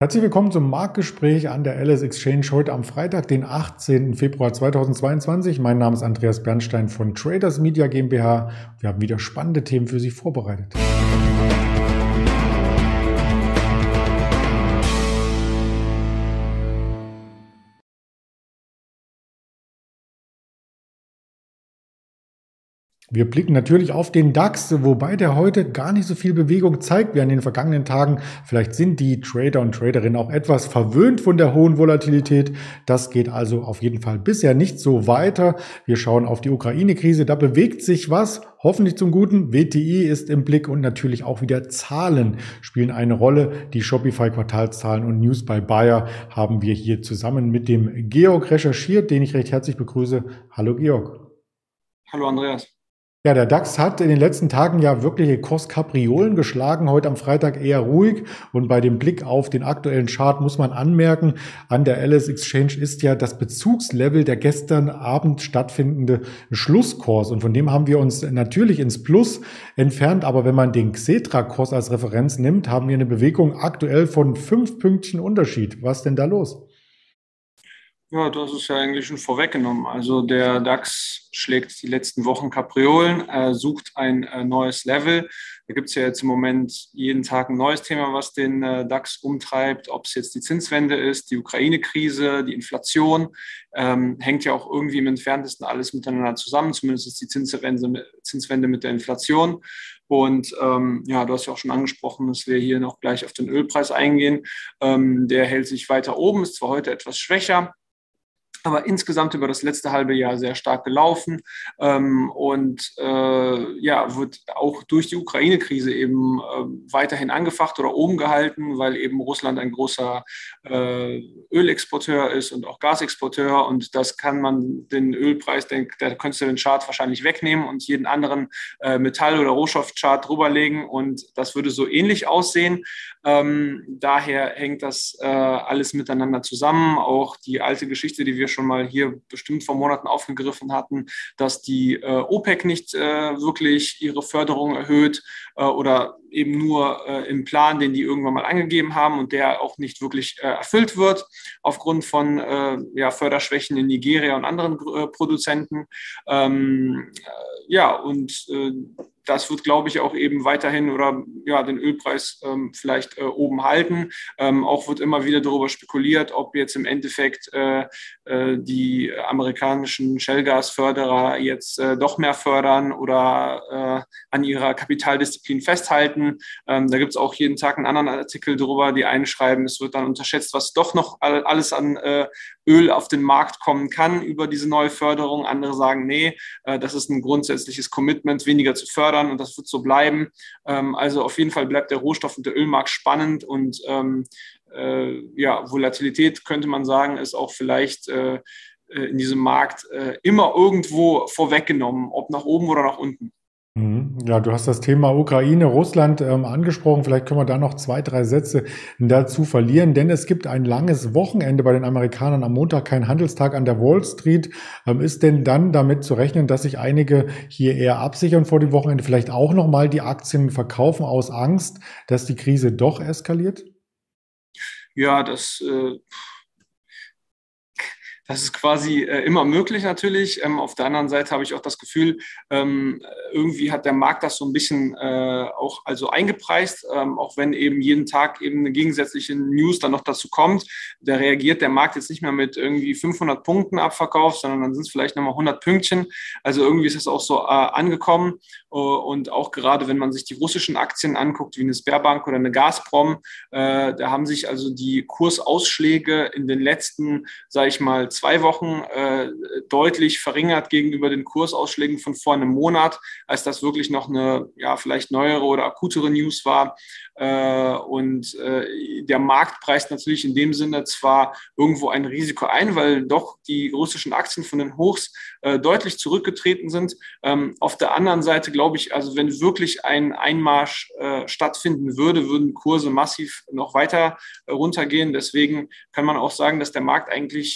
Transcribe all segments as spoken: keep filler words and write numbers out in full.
Herzlich willkommen zum Marktgespräch an der L S Exchange heute am Freitag, den achtzehnten Februar zweitausendzweiundzwanzig. Mein Name ist Andreas Bernstein von Traders Media GmbH. Wir haben wieder spannende Themen für Sie vorbereitet. Wir blicken natürlich auf den DAX, wobei der heute gar nicht so viel Bewegung zeigt wie an den vergangenen Tagen. Vielleicht sind die Trader und Traderinnen auch etwas verwöhnt von der hohen Volatilität. Das geht also auf jeden Fall bisher nicht so weiter. Wir schauen auf die Ukraine-Krise. Da bewegt sich was, hoffentlich zum Guten. W T I ist im Blick und natürlich auch wieder Zahlen spielen eine Rolle. Die Shopify-Quartalszahlen und News by Buyer haben wir hier zusammen mit dem Georg recherchiert, den ich recht herzlich begrüße. Hallo Georg. Hallo Andreas. Ja, der DAX hat in den letzten Tagen ja wirkliche Kurskapriolen geschlagen, heute am Freitag eher ruhig. Und bei dem Blick auf den aktuellen Chart muss man anmerken, an der L S Exchange ist ja das Bezugslevel der gestern Abend stattfindende Schlusskurs. Und von dem haben wir uns natürlich ins Plus entfernt. Aber wenn man den Xetra-Kurs als Referenz nimmt, haben wir eine Bewegung aktuell von fünf Pünktchen Unterschied. Was ist denn da los? Ja, das ist ja eigentlich schon vorweggenommen. Also der DAX schlägt die letzten Wochen Kapriolen, äh, sucht ein äh, neues Level. Da gibt es ja jetzt im Moment jeden Tag ein neues Thema, was den äh, DAX umtreibt. Ob es jetzt die Zinswende ist, die Ukraine-Krise, die Inflation, ähm, hängt ja auch irgendwie im Entferntesten alles miteinander zusammen. Zumindest ist die Zinswende, Zinswende mit der Inflation. Und ähm, ja, du hast ja auch schon angesprochen, dass wir hier noch gleich auf den Ölpreis eingehen. Ähm, der hält sich weiter oben, ist zwar heute etwas schwächer, aber insgesamt über das letzte halbe Jahr sehr stark gelaufen ähm, und äh, ja, wird auch durch die Ukraine-Krise eben äh, weiterhin angefacht oder oben gehalten, weil eben Russland ein großer äh, Ölexporteur ist und auch Gasexporteur, und das kann man den Ölpreis, den, da könntest du den Chart wahrscheinlich wegnehmen und jeden anderen äh, Metall- oder Rohstoffchart drüberlegen und das würde so ähnlich aussehen. Ähm, daher hängt das äh, alles miteinander zusammen. Auch die alte Geschichte, die wir schon mal hier bestimmt vor Monaten aufgegriffen hatten, dass die äh, OPEC nicht äh, wirklich ihre Förderung erhöht äh, oder eben nur äh, im Plan, den die irgendwann mal angegeben haben und der auch nicht wirklich äh, erfüllt wird aufgrund von äh, ja, Förderschwächen in Nigeria und anderen äh, Produzenten. Ähm, äh, ja, und äh, das wird, glaube ich, auch eben weiterhin oder ja den Ölpreis ähm, vielleicht äh, oben halten. Ähm, auch wird immer wieder darüber spekuliert, ob jetzt im Endeffekt äh, äh, die amerikanischen Shellgasförderer jetzt äh, doch mehr fördern oder äh, an ihrer Kapitaldisziplin festhalten. Ähm, da gibt es auch jeden Tag einen anderen Artikel darüber. Die einen schreiben, es wird dann unterschätzt, was doch noch all, alles an äh, Öl auf den Markt kommen kann über diese neue Förderung. Andere sagen, nee, äh, das ist ein grundsätzliches Commitment, weniger zu fördern. Und das wird so bleiben. Ähm, also auf jeden Fall bleibt der Rohstoff- und der Ölmarkt spannend und ähm, äh, ja, Volatilität könnte man sagen, ist auch vielleicht äh, in diesem Markt äh, immer irgendwo vorweggenommen, ob nach oben oder nach unten. Ja, du hast das Thema Ukraine, Russland ähm, angesprochen. Vielleicht können wir da noch zwei, drei Sätze dazu verlieren, denn es gibt ein langes Wochenende bei den Amerikanern. Am Montag kein Handelstag an der Wall Street. Ähm, ist denn dann damit zu rechnen, dass sich einige hier eher absichern vor dem Wochenende, vielleicht auch nochmal die Aktien verkaufen aus Angst, dass die Krise doch eskaliert? Ja, das äh Das ist quasi äh, immer möglich natürlich. Ähm, auf der anderen Seite habe ich auch das Gefühl, ähm, irgendwie hat der Markt das so ein bisschen äh, auch also eingepreist, ähm, auch wenn eben jeden Tag eben eine gegensätzliche News dann noch dazu kommt. Da reagiert der Markt jetzt nicht mehr mit irgendwie fünfhundert Punkten Abverkauf, sondern dann sind es vielleicht nochmal hundert Pünktchen. Also irgendwie ist es auch so äh, angekommen. Uh, und auch gerade, wenn man sich die russischen Aktien anguckt, wie eine Sberbank oder eine Gazprom, äh, da haben sich also die Kursausschläge in den letzten, sage ich mal, zwei Wochen äh, deutlich verringert gegenüber den Kursausschlägen von vor einem Monat, als das wirklich noch eine ja vielleicht neuere oder akutere News war. Äh, und äh, der Markt preist natürlich in dem Sinne zwar irgendwo ein Risiko ein, weil doch die russischen Aktien von den Hochs äh, deutlich zurückgetreten sind. Ähm, auf der anderen Seite glaube ich, also wenn wirklich ein Einmarsch äh, stattfinden würde, würden Kurse massiv noch weiter äh, runtergehen. Deswegen kann man auch sagen, dass der Markt eigentlich ja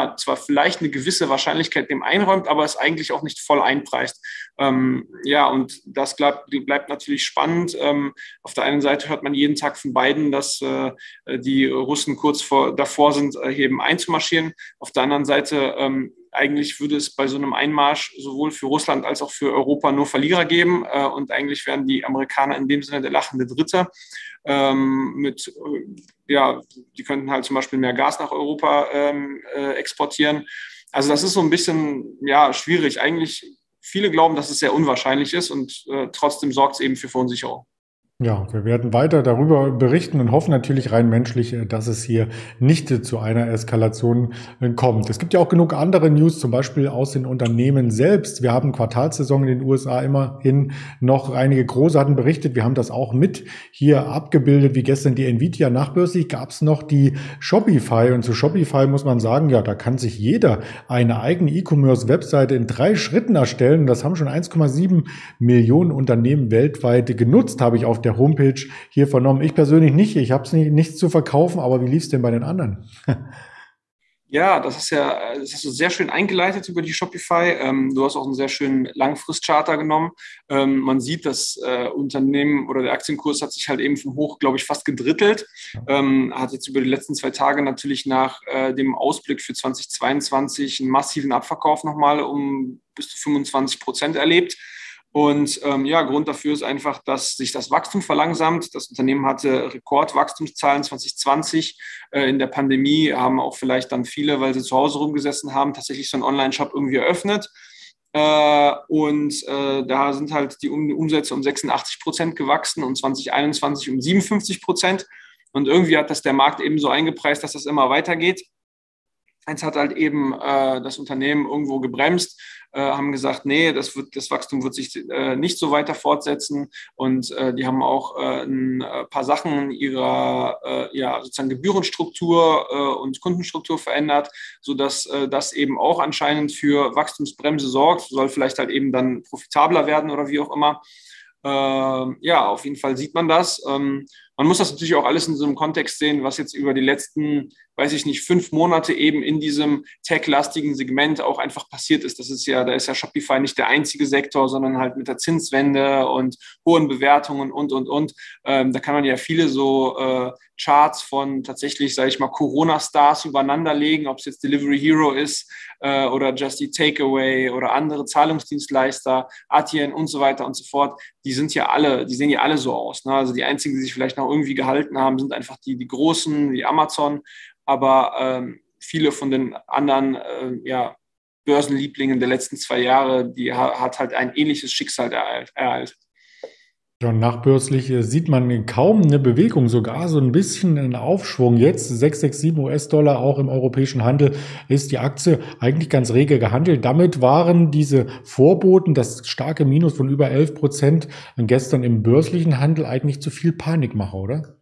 ja, zwar vielleicht eine gewisse Wahrscheinlichkeit dem einräumt, aber es eigentlich auch nicht voll einpreist. Ähm, ja, und das bleibt, bleibt natürlich spannend. Ähm, auf der einen Seite hört man jeden Tag von Biden, dass äh, die Russen kurz vor, davor sind, äh, eben einzumarschieren. Auf der anderen Seite ähm, eigentlich würde es bei so einem Einmarsch sowohl für Russland als auch für Europa nur Verlierer geben. Äh, und eigentlich wären die Amerikaner in dem Sinne der lachende Dritte. Ähm, mit, äh, ja, die könnten halt zum Beispiel mehr Gas nach Europa ähm, äh, exportieren. Also das ist so ein bisschen, ja, schwierig. Eigentlich, viele glauben, dass es sehr unwahrscheinlich ist und äh, trotzdem sorgt es eben für Verunsicherung. Ja, wir werden weiter darüber berichten und hoffen natürlich rein menschlich, äh, dass es hier nicht äh, zu einer Eskalation äh, kommt. Es gibt ja auch genug andere News, zum Beispiel aus den Unternehmen selbst. Wir haben Quartalssaison in den U S A immerhin noch. Einige große hatten berichtet. Wir haben das auch mit hier abgebildet, wie gestern die Nvidia. Nachbörslich gab es noch die Shopify. Und zu Shopify muss man sagen, ja, da kann sich jeder eine eigene E-Commerce-Webseite in drei Schritten erstellen. Das haben schon eins Komma sieben Millionen Unternehmen weltweit genutzt, habe ich auf der Homepage hier vernommen. Ich persönlich nicht, ich habe es nicht, nichts zu verkaufen, aber wie lief es denn bei den anderen? Ja, das ist ja, das hast du sehr schön eingeleitet über die Shopify. Ähm, du hast auch einen sehr schönen Langfristcharter genommen. Ähm, man sieht, das äh, Unternehmen oder der Aktienkurs hat sich halt eben vom Hoch, glaube ich, fast gedrittelt. Ähm, hat jetzt über die letzten zwei Tage natürlich nach äh, dem Ausblick für zweitausendzweiundzwanzig einen massiven Abverkauf nochmal um bis zu fünfundzwanzig Prozent erlebt. Und ähm, ja, Grund dafür ist einfach, dass sich das Wachstum verlangsamt. Das Unternehmen hatte Rekordwachstumszahlen zwanzig zwanzig. Äh, in der Pandemie haben auch vielleicht dann viele, weil sie zu Hause rumgesessen haben, tatsächlich so einen Online-Shop irgendwie eröffnet. Äh, und äh, da sind halt die um Umsätze um sechsundachtzig Prozent gewachsen und zwanzig einundzwanzig um siebenundfünfzig Prozent. Und irgendwie hat das der Markt eben so eingepreist, dass das immer weitergeht. Eins hat halt eben äh, das Unternehmen irgendwo gebremst, äh, haben gesagt, nee, das, wird, das Wachstum wird sich äh, nicht so weiter fortsetzen. Und äh, die haben auch äh, ein paar Sachen in ihrer äh, ja, sozusagen Gebührenstruktur äh, und Kundenstruktur verändert, sodass äh, das eben auch anscheinend für Wachstumsbremse sorgt. Soll vielleicht halt eben dann profitabler werden oder wie auch immer. Äh, ja, auf jeden Fall sieht man das. Ähm, man muss das natürlich auch alles in so einem Kontext sehen, was jetzt über die letzten, weiß ich nicht, fünf Monate eben in diesem tech-lastigen Segment auch einfach passiert ist. Das ist ja, da ist ja Shopify nicht der einzige Sektor, sondern halt mit der Zinswende und hohen Bewertungen und, und, und. Ähm, da kann man ja viele so äh, Charts von tatsächlich, sage ich mal, Corona-Stars übereinander legen, ob es jetzt Delivery Hero ist äh, oder Just Eat Takeaway oder andere Zahlungsdienstleister, Adyen und so weiter und so fort. Die sind ja alle, die sehen ja alle so aus. Ne? Also die einzigen, die sich vielleicht noch irgendwie gehalten haben, sind einfach die, die Großen, wie Amazon. Aber ähm, viele von den anderen äh, ja, Börsenlieblingen der letzten zwei Jahre, die ha- hat halt ein ähnliches Schicksal ereilt. ereilt. Ja, nachbörslich äh, sieht man kaum eine Bewegung, sogar so ein bisschen einen Aufschwung. Jetzt sechs Komma sechsundsiebzig U S-Dollar auch im europäischen Handel ist die Aktie eigentlich ganz rege gehandelt. Damit waren diese Vorboten, das starke Minus von über elf Prozent gestern im börslichen Handel eigentlich zu viel Panikmache, oder?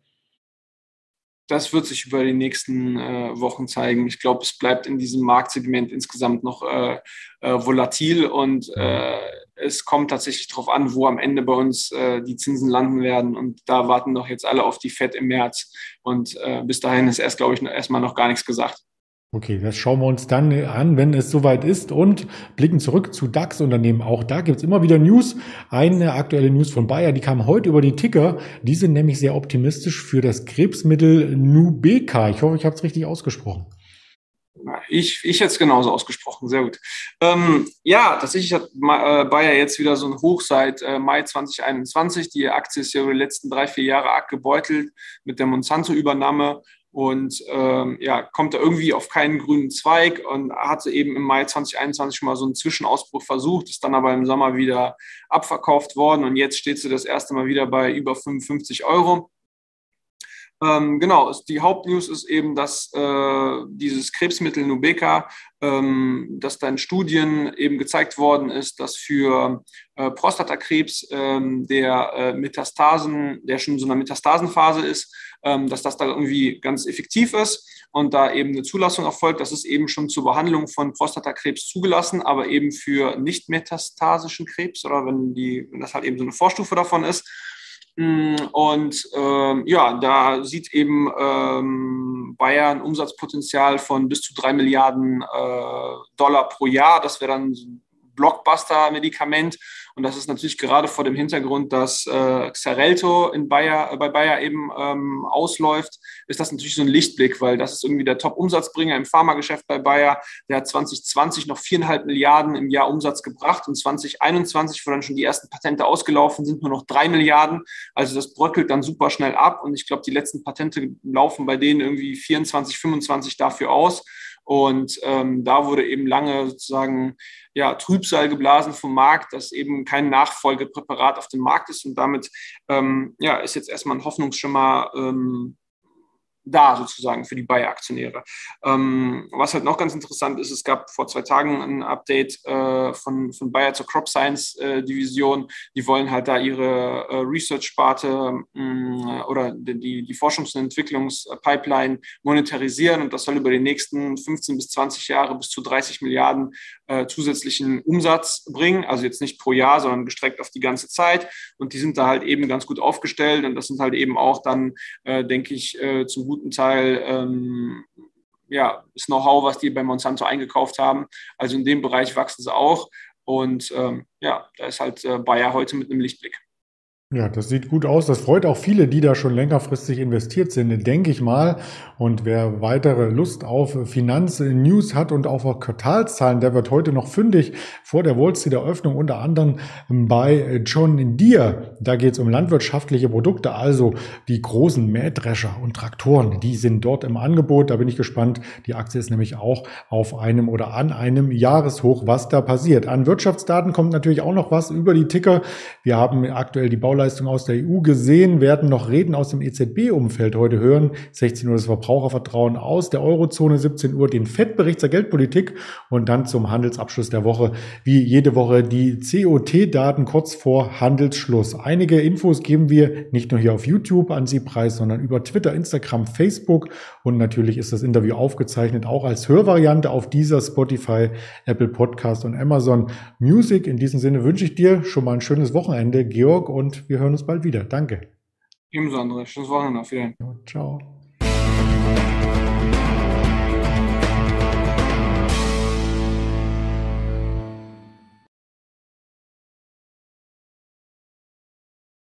Das wird sich über die nächsten äh, Wochen zeigen. Ich glaube, es bleibt in diesem Marktsegment insgesamt noch äh, äh, volatil und äh, es kommt tatsächlich darauf an, wo am Ende bei uns äh, die Zinsen landen werden. Und da warten doch jetzt alle auf die Fed im März. Und äh, bis dahin ist erst, glaube ich, erstmal noch gar nichts gesagt. Okay, das schauen wir uns dann an, wenn es soweit ist und blicken zurück zu DAX-Unternehmen. Auch da gibt's immer wieder News. Eine aktuelle News von Bayer, die kam heute über die Ticker. Die sind nämlich sehr optimistisch für das Krebsmittel Nubeqa. Ich hoffe, ich habe es richtig ausgesprochen. Ich, ich hätte es genauso ausgesprochen, sehr gut. Ähm, ja, tatsächlich hat Ma- äh, Bayer jetzt wieder so ein Hoch seit äh, Mai zwanzig einundzwanzig. Die Aktie ist ja über die letzten drei, vier Jahre arg gebeutelt mit der Monsanto-Übernahme und ähm, ja, kommt da irgendwie auf keinen grünen Zweig und hatte eben im Mai zwanzig einundzwanzig schon mal so einen Zwischenausbruch versucht, ist dann aber im Sommer wieder abverkauft worden und jetzt steht sie das erste Mal wieder bei über fünfundfünfzig Euro. Ähm, genau, die Hauptnews ist eben, dass äh, dieses Krebsmittel Nubeqa, ähm, dass da in Studien eben gezeigt worden ist, dass für äh, Prostatakrebs ähm, der äh, Metastasen, der schon in so einer Metastasenphase ist, ähm, dass das da irgendwie ganz effektiv ist und da eben eine Zulassung erfolgt. Das ist eben schon zur Behandlung von Prostatakrebs zugelassen, aber eben für nicht metastasischen Krebs oder wenn die, wenn das halt eben so eine Vorstufe davon ist. Und ähm, ja, da sieht eben ähm, ähm, Bayer ein Umsatzpotenzial von bis zu drei Milliarden äh, Dollar pro Jahr. Das wäre dann ein Blockbuster-Medikament. Und das ist natürlich gerade vor dem Hintergrund, dass äh, Xarelto in Bayer, äh, bei Bayer eben ähm, ausläuft, ist das natürlich so ein Lichtblick, weil das ist irgendwie der Top-Umsatzbringer im Pharmageschäft bei Bayer. Der hat zwanzig zwanzig noch viereinhalb Milliarden im Jahr Umsatz gebracht und zwanzig einundzwanzig, wo dann schon die ersten Patente ausgelaufen sind, nur noch drei Milliarden. Also das bröckelt dann super schnell ab und ich glaube, die letzten Patente laufen bei denen irgendwie vierundzwanzig, fünfundzwanzig dafür aus. Und ähm, da wurde eben lange sozusagen ja, Trübsal geblasen vom Markt, dass eben kein Nachfolgepräparat auf dem Markt ist. Und damit ähm, ja, ist jetzt erstmal ein Hoffnungsschimmer ähm, da sozusagen für die Bayer-Aktionäre. Ähm, was halt noch ganz interessant ist, es gab vor zwei Tagen ein Update äh, von, von Bayer zur Crop Science äh, Division. Die wollen halt da ihre äh, Research-Sparte äh, oder die, die Forschungs- und Entwicklungspipeline monetarisieren und das soll über die nächsten fünfzehn bis zwanzig Jahre bis zu dreißig Milliarden äh, zusätzlichen Umsatz bringen. Also jetzt nicht pro Jahr, sondern gestreckt auf die ganze Zeit. Und die sind da halt eben ganz gut aufgestellt und das sind halt eben auch dann, äh, denke ich, äh, zum guten Teil ähm, ja, das Know-how, was die bei Monsanto eingekauft haben. Also in dem Bereich wachsen sie auch. Und ähm, ja, da ist halt äh, Bayer heute mit einem Lichtblick. Ja, das sieht gut aus. Das freut auch viele, die da schon längerfristig investiert sind, denke ich mal. Und wer weitere Lust auf Finanznews hat und auch auf Quartalszahlen, der wird heute noch fündig vor der Wall Street Eröffnung, unter anderem bei John Deere. Da geht es um landwirtschaftliche Produkte, also die großen Mähdrescher und Traktoren, die sind dort im Angebot. Da bin ich gespannt. Die Aktie ist nämlich auch auf einem oder an einem Jahreshoch, was da passiert. An Wirtschaftsdaten kommt natürlich auch noch was über die Ticker. Wir haben aktuell die Bauleistung aus der E U gesehen, werden noch Reden aus dem E Z B-Umfeld heute hören. sechzehn Uhr das Verbrauchervertrauen aus der Eurozone, siebzehn Uhr den Fed-Bericht zur Geldpolitik und dann zum Handelsabschluss der Woche, wie jede Woche die C O T-Daten kurz vor Handelsschluss. Einige Infos geben wir nicht nur hier auf YouTube an Sie preis, sondern über Twitter, Instagram, Facebook und natürlich ist das Interview aufgezeichnet, auch als Hörvariante auf dieser Spotify, Apple Podcast und Amazon Music. In diesem Sinne wünsche ich dir schon mal ein schönes Wochenende, Georg, und wir hören uns bald wieder. Danke. Ebenso, André. Schönes Wochenende. Auf Wiedersehen. Ciao.